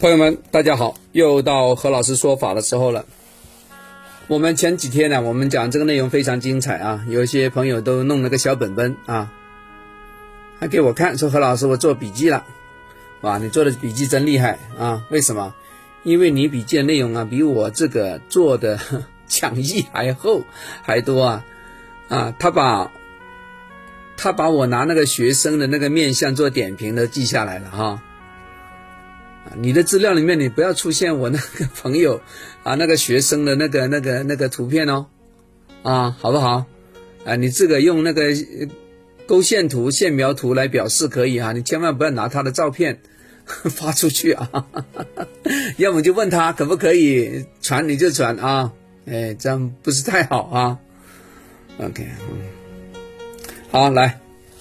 朋友们大家好，又到何老师说法的时候了。我们前几天呢，我们讲这个内容非常精彩啊，有一些朋友都弄了个小本本啊，还给我看说何老师我做笔记了。哇，你做的笔记真厉害啊！为什么？因为你笔记的内容啊比我这个做的讲义还厚还多啊。他把我拿那个学生的那个面相做点评的记下来了哈。你的资料里面你不要出现我那个朋友啊那个学生的那个图片哦啊，好不好啊？你这个用那个勾线图线描图来表示可以啊，你千万不要拿他的照片发出去啊要么就问他可不可以传你就传啊，这样不是太好啊。 OK 好，来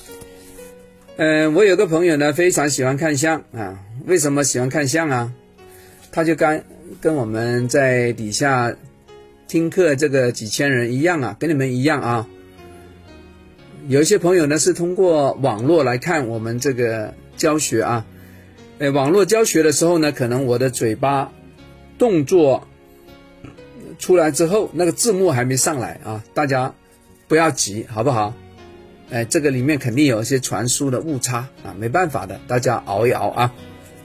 我有个朋友呢非常喜欢看相啊。为什么喜欢看相啊？他就跟我们在底下听课这个几千人一样啊，跟你们一样啊。有一些朋友呢是通过网络来看我们这个教学啊。网络教学的时候呢，可能我的嘴巴动作出来之后，那个字幕还没上来啊，大家不要急，好不好？这个里面肯定有一些传输的误差啊，没办法的，大家熬一熬啊。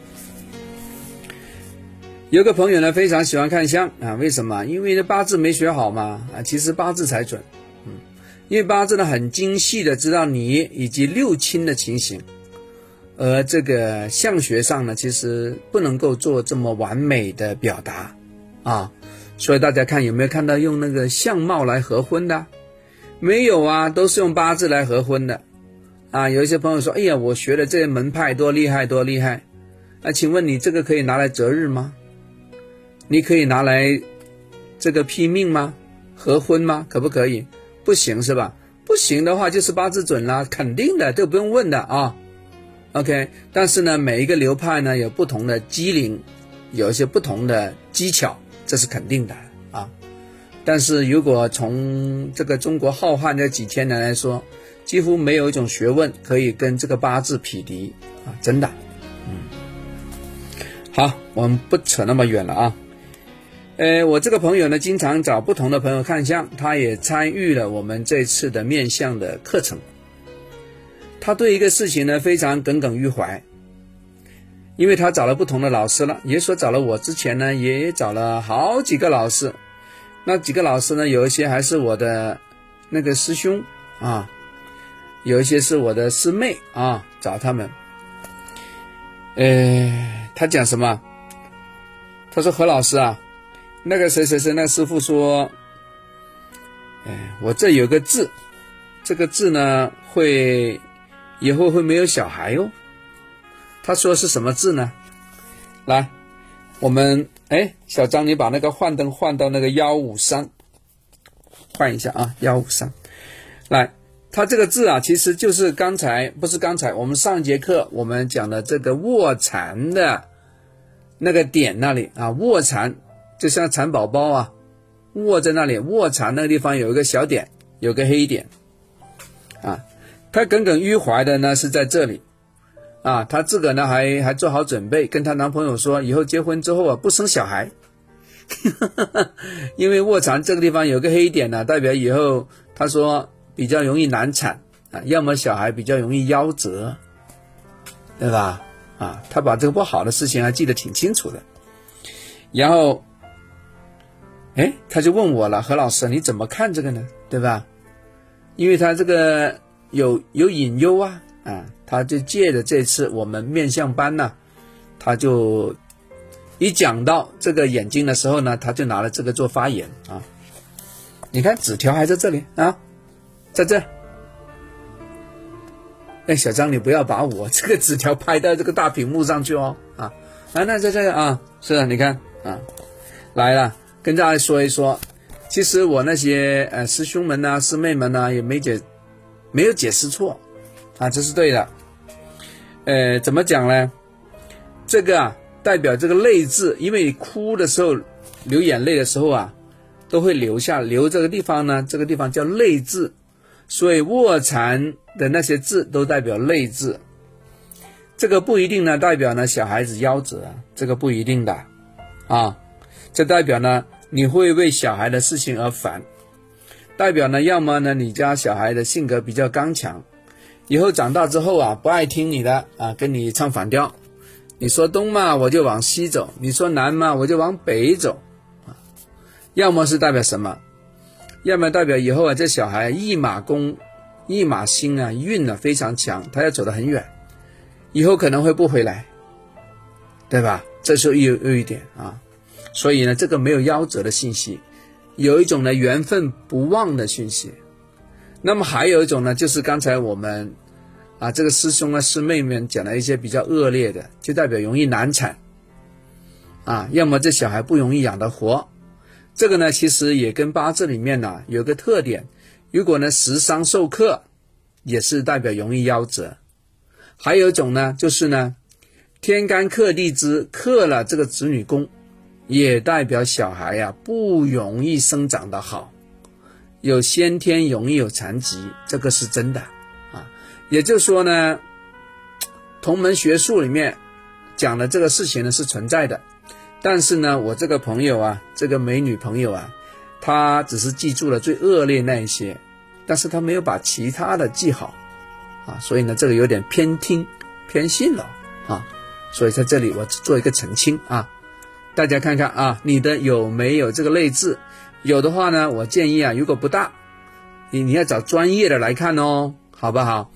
有个朋友呢非常喜欢看相啊，为什么？因为这八字没学好嘛啊，其实八字才准。因为八字呢很精细的知道你以及六亲的情形，而这个相学上呢其实不能够做这么完美的表达啊。所以大家看有没有看到用那个相貌来合婚的？没有啊，都是用八字来合婚的啊。有一些朋友说，哎呀，我学的这个门派多厉害多厉害，请问你这个可以拿来择日吗？你可以拿来这个批命吗？合婚吗？可不可以？不行是吧？不行的话就是八字准啦，肯定的，这个不用问的啊。OK， 但是呢每一个流派呢有不同的机灵，有一些不同的技巧，这是肯定的啊。但是如果从这个中国浩瀚这几千年来说，几乎没有一种学问可以跟这个八字匹敌啊，真的。好，我们不扯那么远了啊。我这个朋友呢经常找不同的朋友看相，他也参与了我们这次的面相的课程。他对一个事情呢非常耿耿于怀，因为他找了不同的老师了，也说找了我之前呢也找了好几个老师，那几个老师呢有一些还是我的那个师兄啊，有一些是我的师妹啊，找他们。他讲什么？他说何老师啊，那个谁谁谁那师傅说，我这有个字，这个字呢以后会没有小孩哦。他说是什么字呢？来，我们小张你把那个幻灯换到那个153，换一下啊，153。来，他这个字啊其实就是不是刚才我们上节课我们讲的这个卧蚕的那个点那里啊，卧蚕就像蚕宝宝啊，卧在那里，卧蚕那个地方有一个小点，有个黑点啊。他耿耿于怀的呢是在这里啊，他自个呢还做好准备，跟他男朋友说以后结婚之后啊不生小孩因为卧蚕这个地方有个黑点呢，代表以后他说比较容易难产啊，要么小孩比较容易夭折，对吧？啊，他把这个不好的事情还记得挺清楚的。然后他就问我了，何老师你怎么看这个呢？对吧？因为他这个有隐忧啊，他就借着这次我们面相班呢，他就一讲到这个眼睛的时候呢，他就拿了这个做发言啊。你看纸条还在这里啊，在这。小张你不要把我这个纸条拍到这个大屏幕上去哦啊，那在这个啊，是啊，你看啊，来了，跟大家说一说，其实我那些师兄们啊师妹们啊也没有解释错啊，这是对的。怎么讲呢？这个啊代表这个泪字，因为你哭的时候流眼泪的时候啊都会流这个地方呢，这个地方叫泪字，所以卧蚕的那些字都代表泪字。 这个不一定呢代表呢小孩子夭折啊，这个不一定的啊，这代表呢你会为小孩的事情而烦，代表呢要么呢你家小孩的性格比较刚强，以后长大之后啊不爱听你的啊，跟你唱反调，你说东嘛我就往西走，你说南嘛我就往北走啊。要么是代表什么？要么代表以后啊这小孩一马功一马心啊，运啊非常强，他要走得很远，以后可能会不回来，对吧？这时候又一点啊，所以呢这个没有夭折的信息，有一种呢缘分不旺的讯息。那么还有一种呢，就是刚才我们啊这个师兄啊师妹们讲了一些比较恶劣的，就代表容易难产啊，要么这小孩不容易养得活。这个呢其实也跟八字里面呢有个特点，如果呢食伤受克，也是代表容易夭折。还有一种呢就是呢天干克地支克了这个子女宫，也代表小孩呀不容易生长得好，有先天容易有残疾，这个是真的啊。也就是说呢同门学术里面讲的这个事情呢是存在的，但是呢我这个朋友啊，这个美女朋友啊，她只是记住了最恶劣那一些，但是她没有把其他的记好啊，所以呢这个有点偏听偏信了啊，所以在这里我做一个澄清啊，大家看看啊你的有没有这个类字，有的话呢我建议啊如果不大，你要找专业的来看哦，好不好？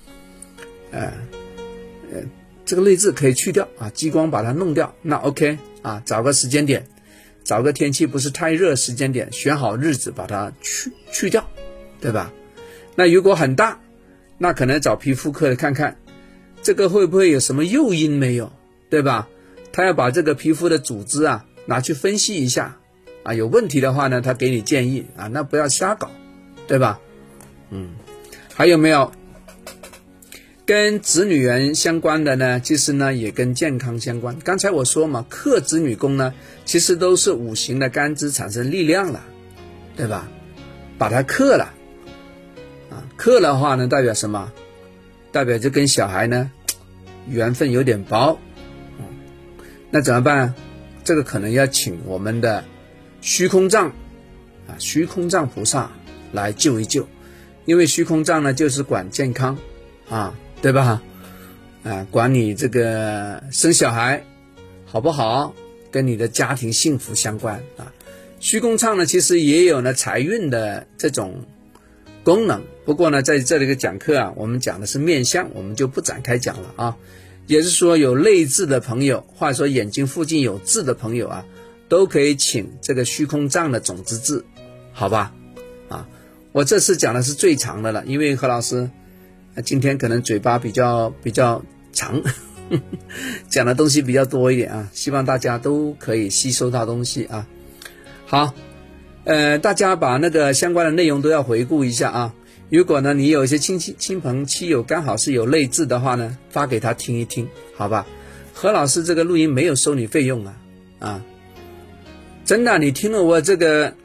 这个类字可以去掉啊，激光把它弄掉，那 OK 啊，找个时间点，找个天气不是太热时间点，选好日子把它去掉，对吧？那如果很大，那可能找皮肤科的看看这个会不会有什么诱因没有，对吧？他要把这个皮肤的组织啊拿去分析一下啊，有问题的话呢他给你建议啊，那不要瞎搞，对吧？还有没有跟子女缘相关的呢？其实呢也跟健康相关。刚才我说嘛，克子女宫呢其实都是五行的干支产生力量了，对吧？把它克了啊，克的话呢代表什么？代表就跟小孩呢缘分有点薄，那怎么办？这个可能要请我们的虚空藏啊，虚空藏菩萨来救一救，因为虚空藏呢就是管健康啊，对吧？管你这个生小孩好不好，跟你的家庭幸福相关啊。虚空藏呢其实也有呢财运的这种功能，不过呢在这里的讲课啊，我们讲的是面相，我们就不展开讲了啊。也就是说有类痣的朋友，或者说眼睛附近有痣的朋友啊，都可以请这个虚空藏的种子痣，好吧？啊，我这次讲的是最长的了，因为何老师今天可能嘴巴比较长讲的东西比较多一点啊，希望大家都可以吸收到东西啊。好，大家把那个相关的内容都要回顾一下啊。如果呢你有一些亲朋戚友刚好是有类痣的话呢，发给他听一听，好吧？何老师这个录音没有收你费用啊，真的，你听了我这个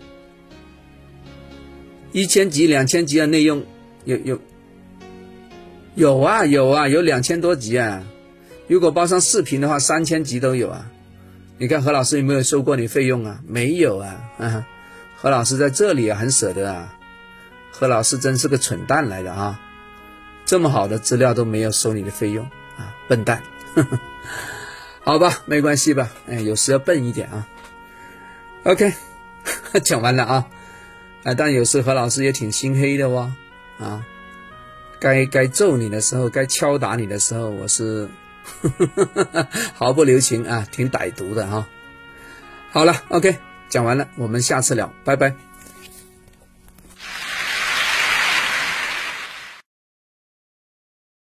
1000集2000集的内容，有啊有2000多集啊，如果包上视频的话3000集都有啊。你看何老师有没有收过你费用啊？没有啊，何老师在这里啊很舍得啊，何老师真是个蠢蛋来的啊，这么好的资料都没有收你的费用啊，笨蛋好吧，没关系吧，有时要笨一点啊。 OK 讲完了啊，但有时何老师也挺心黑的哦啊，该揍你的时候，该敲打你的时候，我是毫不留情啊，挺歹毒的哈。好了 OK 讲完了，我们下次聊，拜拜。